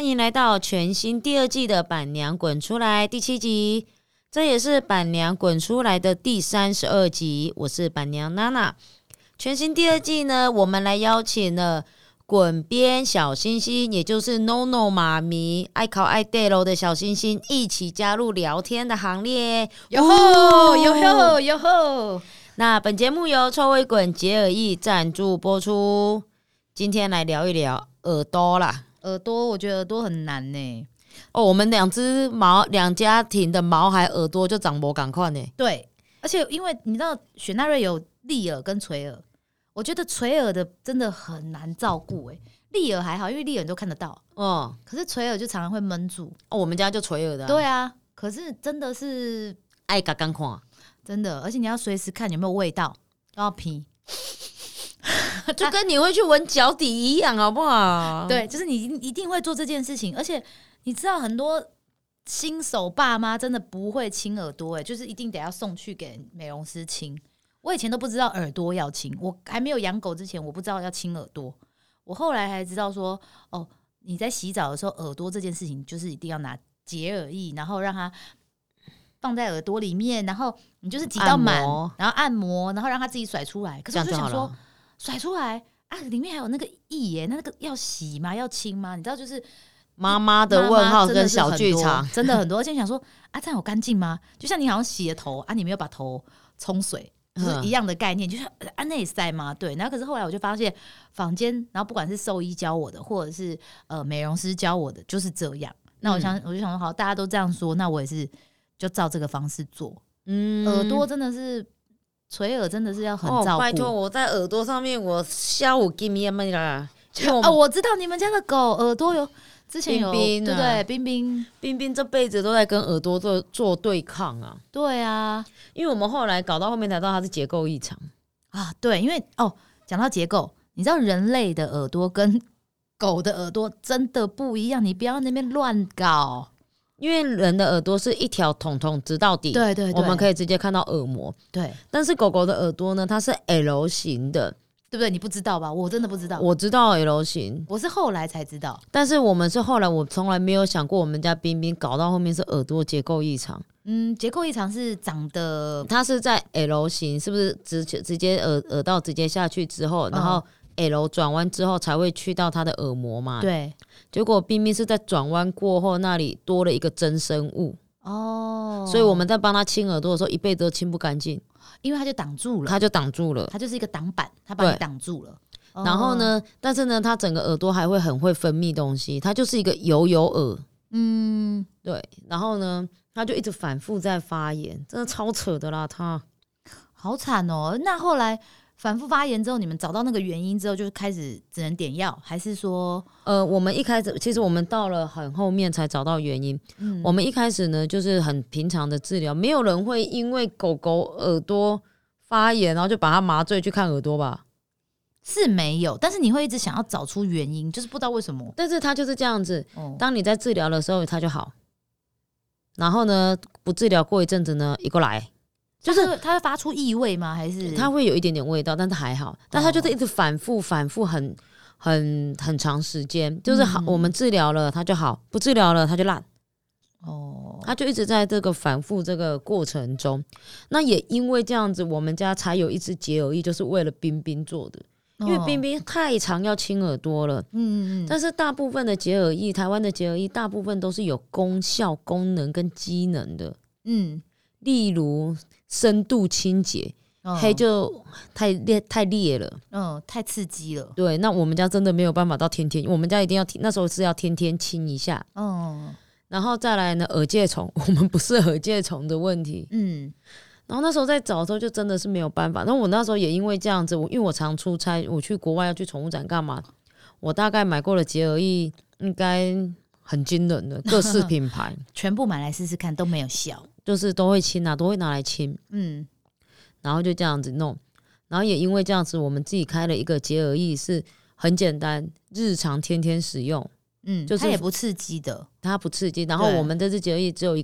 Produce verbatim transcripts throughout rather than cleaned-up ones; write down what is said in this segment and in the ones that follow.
迎来到全新第二季的板娘滚出来第七集，这也是板娘滚出来的第三十二集。我是板娘娜娜。全新第二季呢，我们来邀请了滚边小星星，也就是 NONO 妈咪爱考爱带楼的小星星，一起加入聊天的行列。 哟吼哟吼哟吼！ 那本节目由臭味滚洁尔易赞助播出。今天来聊一聊耳朵啦。 耳朵，我觉得耳朵很难呢。 哦，我们两只毛，两家庭的毛孩耳朵就长不赶快呢。 对，而且因为你知道雪纳瑞有立耳跟垂耳，我觉得垂耳的真的很难照顾哎。立耳还好，因为立耳你都看得到，嗯，可是垂耳就常常会闷住。 哦，我们家就垂耳的、啊。 对啊，可是真的是爱嘎刚看， 真的，而且你要随时看有没有味道，都要皮。 就跟你会去闻脚底一样，好不好？ 对，就是你一定会做这件事情，而且你知道很多新手爸妈真的不会清耳朵，哎，就是一定得要送去给美容师清。我以前都不知道耳朵要清，我还没有养狗之前，我不知道要清耳朵。我后来还知道说，哦，你在洗澡的时候，耳朵这件事情就是一定要拿洁耳液，然后让它放在耳朵里面，然后你就是挤到满，然后按摩，然后让它自己甩出来。可是我就想说，甩出来啊，里面还有那个液耶，那个要洗吗？要清吗？你知道，就是妈妈的问号跟小剧场， 真的很多。而且想说啊，这样有干净吗？就像你好像洗了头啊，你没有把头冲水，就是一样的概念，就是啊，那也塞吗？对。然后可是后来我就发现，坊间，然后不管是兽医教我的，或者是呃美容师教我的，就是这样。那我想，嗯、我就想说，好，大家都这样说，那我也是就照这个方式做。嗯，耳朵真的是。垂耳真的是要很照顾、哦、 拜托，我在耳朵上面我下午 give me a minute 啦。 哦，我知道你们家的狗耳朵有之前有冰冰、啊、 对对，冰冰冰冰这辈子都在跟耳朵做做对抗啊。 对啊， 因为我们后来搞到后面才知道它是结构异常啊。对，因为哦，讲到结构，你知道人类的耳朵跟狗的耳朵真的不一样，你不要那边乱搞。 因为人的耳朵是一条筒筒直到底， 对对对， 我们可以直接看到耳膜。 对， 但是狗狗的耳朵呢，它是 L 型的， 对不对？你不知道吧？我真的不知道。 我知道 L 型， 我是后来才知道。 但是我们是后来，我从来没有想过我们家冰冰搞到后面是耳朵结构异常。 嗯，结构异常是长得， 它是在 L 型，是不是直直接耳耳道直接下去之后，然后 L 转弯之后才会去到它的耳膜嘛？ 对。 结果冰冰是在转弯过后那里多了一个真生物哦，所以我们在帮他清耳朵的时候，一辈子都清不干净， 因为他就挡住了， 他就挡住了， 他就是一个挡板，他把你挡住了。 然后呢，但是呢，他整个耳朵还会很会分泌东西，他就是一个油油耳，嗯，对。然后呢，他就一直反复在发炎，真的超扯的啦，他好惨哦。那后来反复发炎之后，你们找到那个原因之后，就开始只能点药，还是说， 呃，我们一开始其实我们到了很后面才找到原因。嗯，我们一开始呢就是很平常的治疗，没有人会因为狗狗耳朵发炎，然后就把它麻醉去看耳朵吧？ 是没有，但是你会一直想要找出原因，就是不知道为什么。 但是它就是这样子，哦、当你在治疗的时候，它就好，然后呢，不治疗过一阵子呢，一过来。 就是它会发出异味吗？还是它会有一点点味道，但是还好。但它就是一直反复、反复很、很、很长时间。就是好，嗯、我们治疗了它就好，不治疗了它就烂。哦，它就一直在这个反复这个过程中。那也因为这样子，我们家才有一支洁耳液，就是为了冰冰做的。因为冰冰太常要清耳朵了。嗯嗯。但是大部分的洁耳液，台湾的洁耳液大部分都是有功效、功能跟机能的。嗯，例如。深度清洁，黑、哦、就太烈太烈了， 嗯，太刺激了。 对，那我们家真的没有办法到天天，我们家一定要那时候是要天天清一下，嗯，然后再来呢，耳疥虫，我们不是耳疥虫的问题，嗯，然后那时候在找的时候就真的是没有办法。然后我那时候也因为这样子，我因为我常出差，我去国外要去宠物展干嘛，我大概买过了洁耳液，应该很惊人的各式品牌， 全部买来试试看都没有效。 就是都会清啊，都会拿来清，嗯，然后就这样子弄，然后也因为这样子，我们自己开了一个洁耳液，是很简单，日常天天使用， 嗯，就是它也不刺激的， 它不刺激。然后我们这支洁耳液只有一个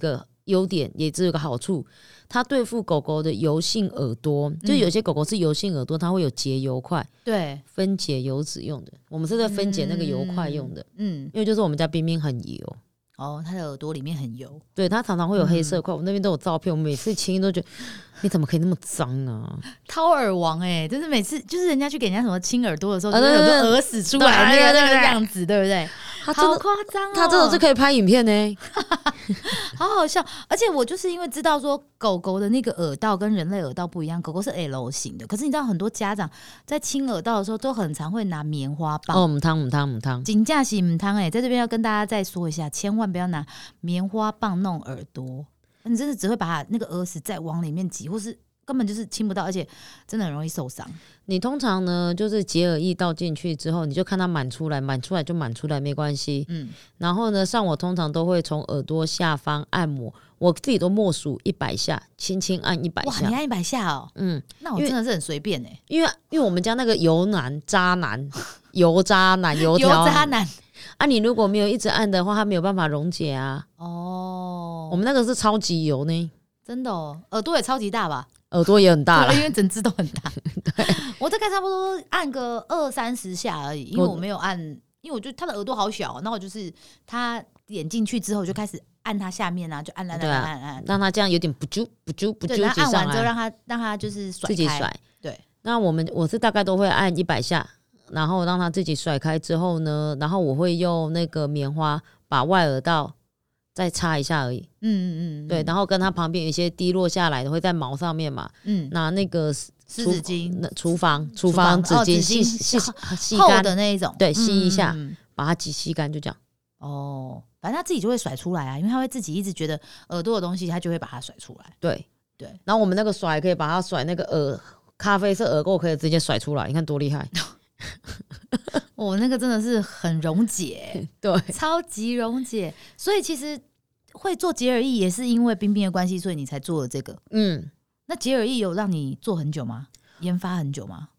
优点，也只有个好处，它对付狗狗的油性耳朵，嗯、就有些狗狗是油性耳朵，它会有结油块， 对， 分解油脂用的。我们是在分解那个油块用的，嗯，因为就是我们家冰冰很油。 哦，它的耳朵里面很油， 对，它常常会有黑色块、嗯。我那边都有照片，我每次亲都觉得你怎么可以那么脏啊？ 掏耳王哎、欸，就是每次就是人家去给人家什么亲耳朵的时候，啊、就有个耳屎出来那个那个样子，对不对？好夸张哦！ 他这种是可以拍影片呢、欸， 好好笑。而且我就是因为知道说狗狗的那个耳道跟人类耳道不一样，狗狗是 L 型的，可是你知道很多家长在亲耳道的时候都很常会拿棉花棒。 哦，母汤母汤母汤， 真的是母汤哎，在这边要跟大家再说一下，千万不要拿棉花棒弄耳朵，你真的只会把那个耳屎再往里面挤，或是根本就是亲不到，而且真的很容易受伤。 你通常呢，就是洁耳液倒进去之后，你就看它满出来，满出来就满出来，没关系。嗯，然后呢，像我通常都会从耳朵下方按摩，我自己都默数一百下，轻轻按一百下。 哇，你按一百下哦？嗯，那我真的是很随便哎、欸， 因为因为我们家那个油男、渣男、油渣男、油条、 油渣男啊，你如果没有一直按的话，它没有办法溶解啊。哦，我们那个是超级油呢， 真的哦，耳朵也超级大吧？ 耳朵也很大， 因为整只都很大。对，我大概差不多按个二三十下而已，因为我没有按，因为我觉得他的耳朵好小，然后我就是他点进去之后就开始按他下面啊，就按按按按按， 让他这样有点不揪不揪不揪， 按完之后让他让他就是甩开， 自己甩。 对， 那我们我是大概都会按一百下，然后让他自己甩开之后呢，然后我会用那个棉花把外耳道再擦一下而已，嗯嗯嗯，对，然后跟它旁边有一些滴落下来的会在毛上面嘛，嗯，拿那个湿纸巾， 厨房厨房纸巾吸吸吸厚的那一种， 对，吸一下，嗯、把它挤吸干，就这样。 哦，反正它自己就会甩出来啊，因为它会自己一直觉得耳朵的东西，它就会把它甩出来。 对对，然后我们那个甩可以把它甩那个耳咖啡色耳垢可以直接甩出来，你看多厉害！ 我、哦、那个真的是很溶解， 对， 超级溶解。所以其实会做洁耳液也是因为冰冰的关系，所以你才做了这个。嗯，那洁耳液有让你做很久吗？研发很久吗？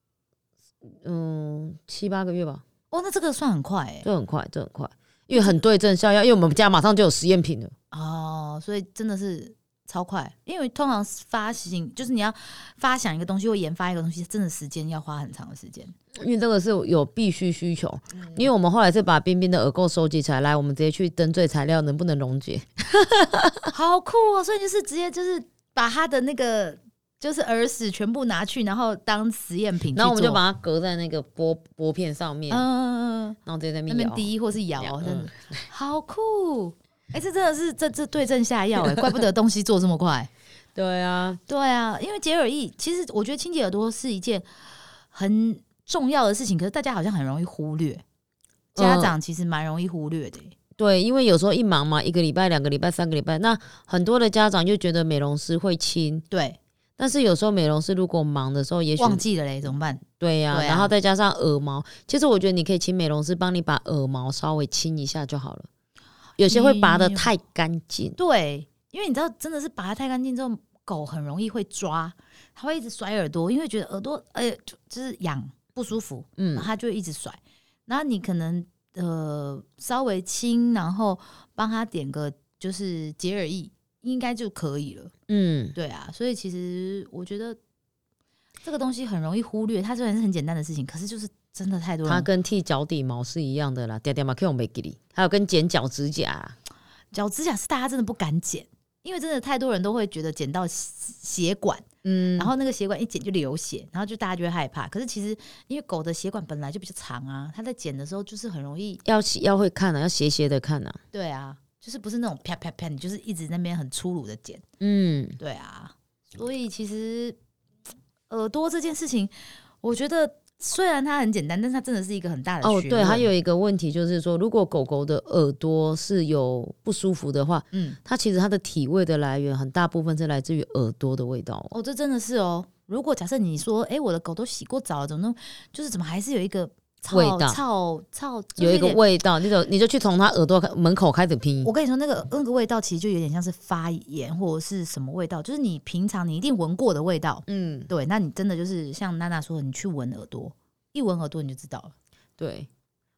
嗯，七八个月吧。 哦，那这个算很快哎、欸， 这很快，这很快，因为很对症下药，因为我们家马上就有实验品了。 哦，所以真的是超快，因为通常发行就是你要发想一个东西或研发一个东西，真的时间要花很长的时间。 因为这个是有必须需求、嗯，因为我们后来是把冰冰的耳垢收集起来，来我们直接去登对材料能不能溶解， 好酷哦！所以就是直接就是把它的那个就是耳屎全部拿去，然后当实验品去做， 然后我们就把它隔在那个玻玻片上面，嗯嗯嗯，然后直接在那边滴或是摇，真的、嗯、好酷！哎、欸，这真的是这这对症下药哎，怪不得东西做这么快。 对啊， 对啊，因为洁耳液其实我觉得清洁耳朵是一件很重要的事情，可是大家好像很容易忽略，家长其实蛮容易忽略的、欸嗯。 对，因为有时候一忙嘛，一个礼拜、两个礼拜、三个礼拜，那很多的家长就觉得美容师会清， 对。 但是有时候美容师如果忙的时候，也许忘记了嘞，怎么办？ 对呀、啊，然后再加上耳毛，其实我觉得你可以请美容师帮你把耳毛稍微清一下就好了。有些会拔得太干净、嗯，对， 因为你知道，真的是拔得太干净之后，狗很容易会抓，它会一直甩耳朵，因为觉得耳朵哎、欸、就就是痒不舒服，嗯，然后它就会一直甩。然后你可能呃稍微清，然后帮它点个就是洁耳液，应该就可以了。嗯，对啊，所以其实我觉得这个东西很容易忽略，它虽然是很简单的事情，可是就是真的太多人。 它跟剃脚底毛是一样的啦，点点嘛可以用没给你，还有跟剪脚指甲， 脚指甲是大家真的不敢剪，因为真的太多人都会觉得剪到血管，嗯，然后那个血管一剪就流血，然后就大家就会害怕。可是其实因为狗的血管本来就比较长啊，它在剪的时候就是很容易要要会看啊，要斜斜的看啊， 对啊。就是不是那种啪啪啪，你就是一直那边很粗鲁的剪，嗯，对啊，所以其实耳朵这件事情，我觉得虽然它很简单，但是它真的是一个很大的学问。 哦，对，还有一个问题就是说，如果狗狗的耳朵是有不舒服的话，嗯，它其实它的体味的来源很大部分是来自于耳朵的味道。 哦，这真的是哦。如果假设你说，哎、欸，我的狗都洗过澡了，怎么弄？就是怎么还是有一个。 味道， 操操， 有一个味道，你就你就去从他耳朵门口开始拼。 我跟你说，那个那个味道其实就有点像是发炎或者是什么味道，就是你平常你一定闻过的味道。嗯，对，那你真的就是像娜娜说的，你去闻耳朵，一闻耳朵你就知道了。 对，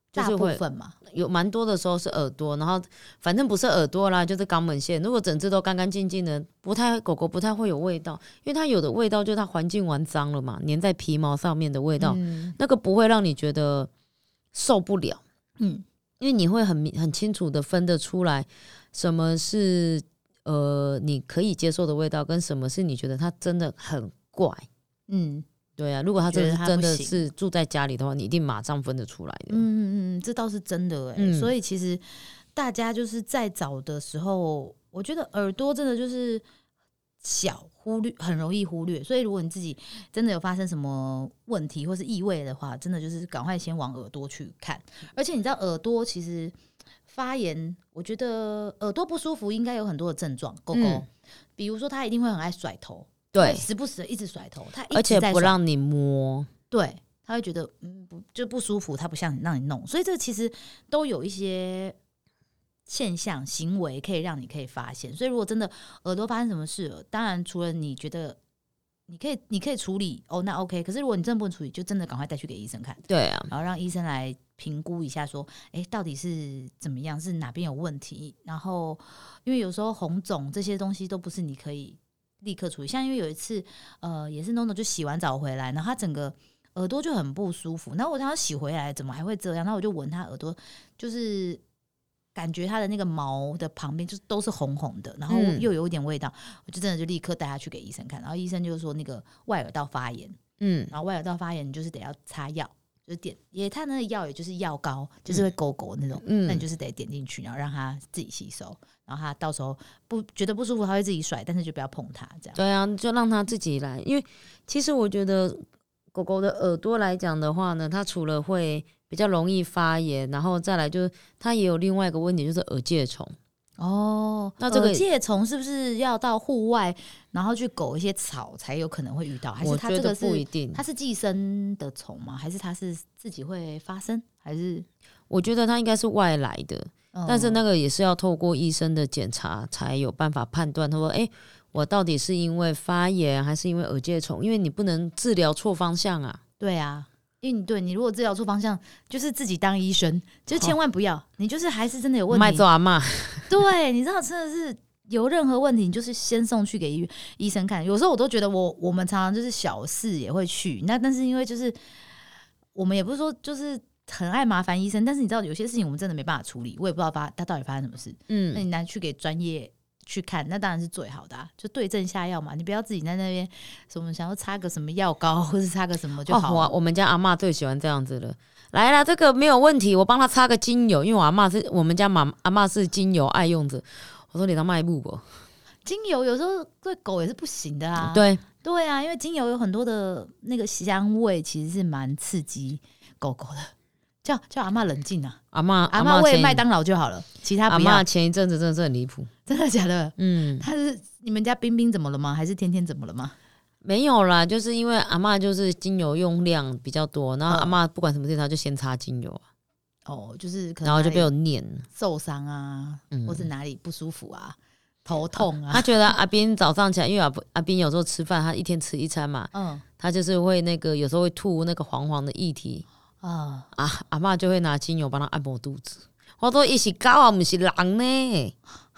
就是会大部分嘛， 有蛮多的时候是耳朵，然后反正不是耳朵啦，就是肛门腺。如果整只都干干净净的，不太狗狗不太会有味道，因为它有的味道就是它环境完脏了嘛，粘在皮毛上面的味道，嗯、那个不会让你觉得受不了。嗯，因为你会很很清楚的分得出来，什么是呃你可以接受的味道，跟什么是你觉得它真的很怪。嗯。对啊，如果他真的真的是住在家里的话，你一定马上分得出来的。 嗯嗯嗯，这倒是真的哎、欸嗯。所以其实大家就是在找的时候，我觉得耳朵真的就是小忽略，很容易忽略。所以如果你自己真的有发生什么问题或是异味的话，真的就是赶快先往耳朵去看。而且你知道耳朵其实发炎，我觉得耳朵不舒服应该有很多的症状。狗狗、嗯，比如说它一定会很爱甩头。对，时不时的一直甩头，他一直在甩， 而且不让你摸， 对，他会觉得嗯不就不舒服，他不像让你弄，所以这其实都有一些现象行为可以让你可以发现。所以如果真的耳朵发生什么事了，当然除了你觉得你可以你可以处理哦，那 OK。可是如果你真的不能处理，就真的赶快带去给医生看， 对啊， 然后让医生来评估一下说，哎，到底是怎么样，是哪边有问题。然后因为有时候红肿这些东西都不是你可以立刻处理，像因为有一次，呃，也是 Nono 就洗完澡回来，然后他整个耳朵就很不舒服，然后我想他洗回来怎么还会这样，然后我就闻他耳朵，就是感觉他的那个毛的旁边就都是红红的，然后又有一点味道，嗯、我就真的就立刻带他去给医生看，然后医生就说那个外耳道发炎，嗯，然后外耳道发炎你就是得要擦药。就是点也，他那个药也就是药膏，就是会勾勾那种，嗯，那你就是得点进去，然后让他自己吸收，然后他到时候不觉得不舒服，他会自己甩，但是就不要碰它，这样。 对啊，就让他自己来，因为其实我觉得狗狗的耳朵来讲的话呢，它除了会比较容易发炎，然后再来就是它也有另外一个问题，就是耳疥虫。 哦，那这个耳疥虫是不是要到户外，然后去狗一些草才有可能会遇到？还是它这个是不一定？ 它是寄生的虫吗？还是它是自己会发生？还是我觉得它应该是外来的，嗯、但是那个也是要透过医生的检查才有办法判断。他说：“哎、欸，我到底是因为发炎还是因为耳疥虫？因为你不能治疗错方向啊。” 对啊。因为你对你如果治疗错方向，就是自己当医生，就千万不要，哦、你就是还是真的有问题， 卖做阿嬷。 对，你知道真的是有任何问题，你就是先送去给医医生看。有时候我都觉得我我们常常就是小事也会去，那但是因为就是我们也不是说就是很爱麻烦医生，但是你知道有些事情我们真的没办法处理，我也不知道发他到底发生什么事。嗯，那你拿去给专业去看，那当然是最好的、啊，就对症下药嘛。你不要自己在那边什么想要擦个什么药膏，或是擦个什么就好了。 哦、我, 我们家阿嬷最喜欢这样子了。来啦，这个没有问题，我帮他擦个精油，因为我阿嬷是我们家妈阿嬷是精油爱用者。我说你当卖布不？ 精油有时候对狗也是不行的啊。 对对啊，因为精油有很多的那个香味，其实是蛮刺激狗狗的。叫叫阿嬷冷静啊！ 阿嬷阿嬷喂麦当劳就好了，其他不要。 阿嬷前一阵子真的是很离谱， 真的假的？嗯，他是你们家冰冰怎么了吗？还是天天怎么了吗？ 没有啦，就是因为阿嬷就是精油用量比较多，然后阿嬷不管什么事情，她就先擦精油啊。 哦，就是可能然后就被我念受伤啊、嗯，或是哪里不舒服啊，头痛啊。 他觉得阿斌早上起来，因为阿阿斌有时候吃饭，他一天吃一餐嘛，嗯，他就是会那个有时候会吐那个黄黄的液体。啊啊！阿嬷就会拿精油帮他按摩肚子。我说伊是狗啊，不是人呢。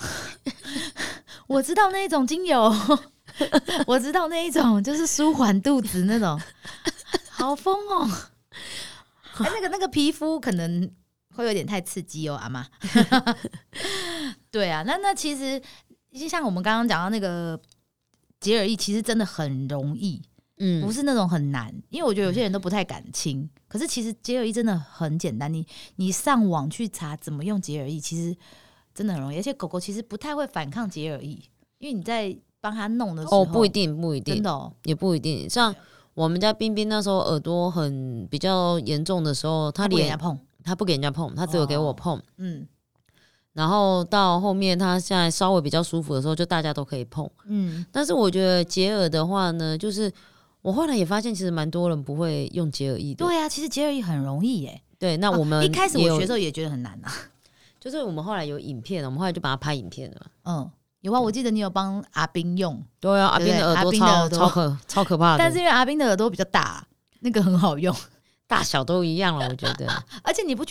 我知道那一种精油，我知道那一种就是舒缓肚子那种，好疯哦！哎、欸，那个那个皮肤可能会有点太刺激哦，阿嬷。对啊，那那其实就像我们刚刚讲到那个洁耳液，其实真的很容易。嗯，不是那种很难，因为我觉得有些人都不太敢清、嗯。可是其实洁耳液真的很简单，你你上网去查怎么用洁耳液，其实真的很容易。而且狗狗其实不太会反抗洁耳液，因为你在帮它弄的时候， 哦，不一定，不一定， 真的、哦、 也不一定。像我们家冰冰那时候耳朵很比较严重的时候，他连他不给人家碰， 他不给人家碰，他只有给我碰。哦、嗯。然后到后面他现在稍微比较舒服的时候，就大家都可以碰。嗯。但是我觉得洁耳的话呢，就是我后来也发现，其实蛮多人不会用洁耳液的。 对啊，其实洁耳液很容易耶。 对，那我们、 啊、一开始我学的时候也觉得很难啊。 就是我们后来有影片，我们后来就把它拍影片了。 嗯，有啊，我记得你有帮阿斌用。 对啊，阿斌的耳朵超超可超可怕的。 但是因为阿斌的耳朵比较大，那个很好用， 大小都一样了，我觉得。 而且你不觉得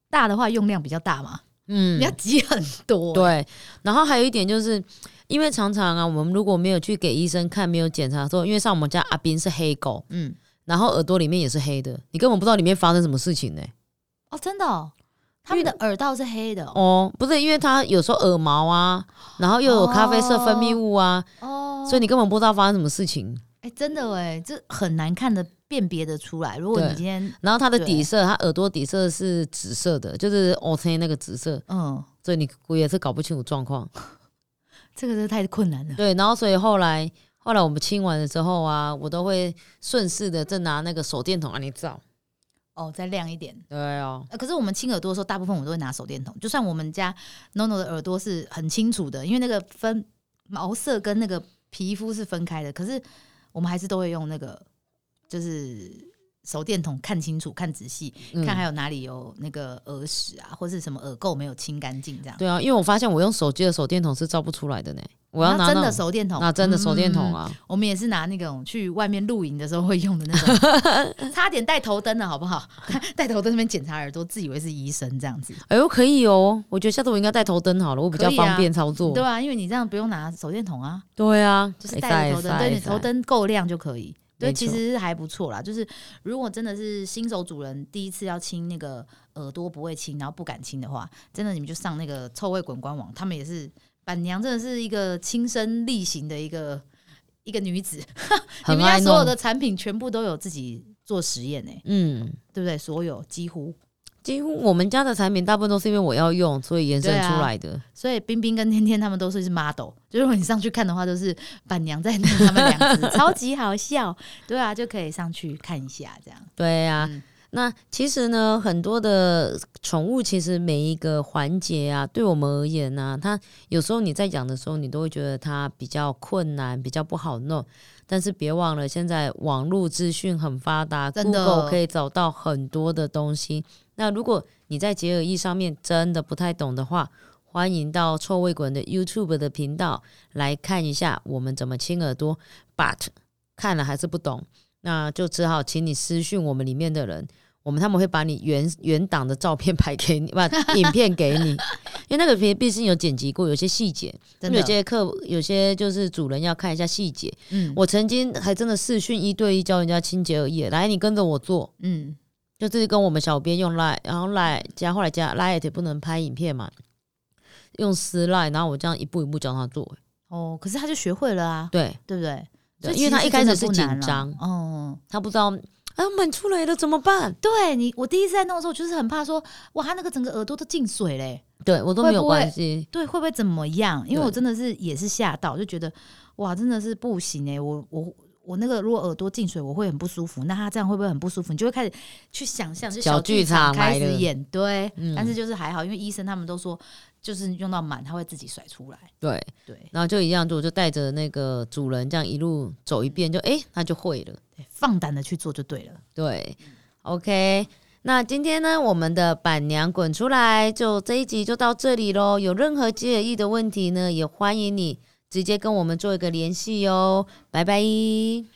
大的话用量比较大嘛，嗯，你要挤很多、欸。 对，然后还有一点就是，因为常常啊，我们如果没有去给医生看，没有检查的时候，因为像我们家阿斌是黑狗，嗯，然后耳朵里面也是黑的，你根本不知道里面发生什么事情呢、欸。 哦，真的哦。他们的耳道是黑的 哦, 哦，不是，因为他有时候耳毛啊，然后又有咖啡色分泌物啊，哦，所以你根本不知道发生什么事情。 哎、欸，真的哎，这很难看的辨别的出来。如果你今天， 然后它的底色，它耳朵底色是紫色的，就是 O C 那个紫色，嗯，所以你也是搞不清楚状况。 这个是太困难了。 对，然后所以后来后来我们清完的时候啊，我都会顺势的再拿那个手电筒啊，你照。 哦，再亮一点。 对哦、 呃，可是我们清耳朵的时候，大部分我都会拿手电筒。就算我们家 NONO 的耳朵是很清楚的，因为那个分毛色跟那个皮肤是分开的，可是我们还是都会用那个，就是手电筒看清楚、看仔细，嗯、看还有哪里有那个耳屎啊，或是什么耳垢没有清干净这样。 对啊，因为我发现我用手机的手电筒是照不出来的呢。我要拿真的手电筒， 拿真的手电筒啊、嗯！ 我们也是拿那种去外面露营的时候会用的那种，差点带头灯了，好不好？带头灯那边检查耳朵，自以为是医生这样子。 哎呦，可以哦！我觉得下次我应该带头灯好了，我比较方便操作。 啊对啊，因为你这样不用拿手电筒啊。 对啊， 就是带着头灯，对，你头灯够亮就可以。对，其实还不错啦。就是如果真的是新手主人第一次要清那个耳朵不会清，然后不敢清的话，真的你们就上那个臭味滚官网，他们也是。板娘真的是一个亲身力行的一个一个女子，你们家所有的产品全部都有自己做实验呢、欸，嗯，对不对？所有几乎几乎我们家的产品大部分都是因为我要用，所以延伸出来的。 啊、所以冰冰跟天天他们都是 model， 就如果你上去看的话，都是板娘在弄他们两只，超级好笑。对啊，就可以上去看一下这样。 对啊。嗯，那其实呢，很多的宠物其实每一个环节啊，对我们而言呢、啊，它有时候你在养的时候，你都会觉得它比较困难，比较不好弄。但是别忘了，现在网络资讯很发达 ，Google 可以找到很多的东西。那如果你在洁耳易上面真的不太懂的话，欢迎到臭味滚的 YouTube 的频道来看一下我们怎么清耳朵。But 看了还是不懂，那就只好请你私讯我们里面的人。我们他们会把你原原档的照片拍给你，把影片给你，因为那个毕竟有剪辑过，有些细节，有些客有些就是主人要看一下细节。嗯，我曾经还真的视讯一对一教人家清洁耳液，来，你跟着我做，嗯，就是跟我们小编用 Line， 然后 Line 加后来加 Line 也不能拍影片嘛，用私 Line， 然后我这样一步一步教他做。 哦，可是他就学会了啊， 对对不对？ 对，因为他一开始是紧张，哦，他不知道。啊，满出来了怎么办？ 对你，我第一次在弄的时候，就是很怕说，哇，他那个整个耳朵都进水嘞。 对我都没有关系。 对，会不会怎么样？因为我真的是也是吓到，就觉得哇，真的是不行哎！我我我那个如果耳朵进水，我会很不舒服。那他这样会不会很不舒服？你就会开始去想象，就小剧场开始演。对、嗯，但是就是还好，因为医生他们都说，就是用到满，他会自己甩出来。 对对， 然后就一样，我就带着那个主人这样一路走一遍，就哎，他就会了。 放胆的去做就对了。 对 ，OK。那今天呢，我们的板娘滚出来，就这一集就到这里咯。有任何洁耳易的问题呢，也欢迎你直接跟我们做一个联系哦。拜拜。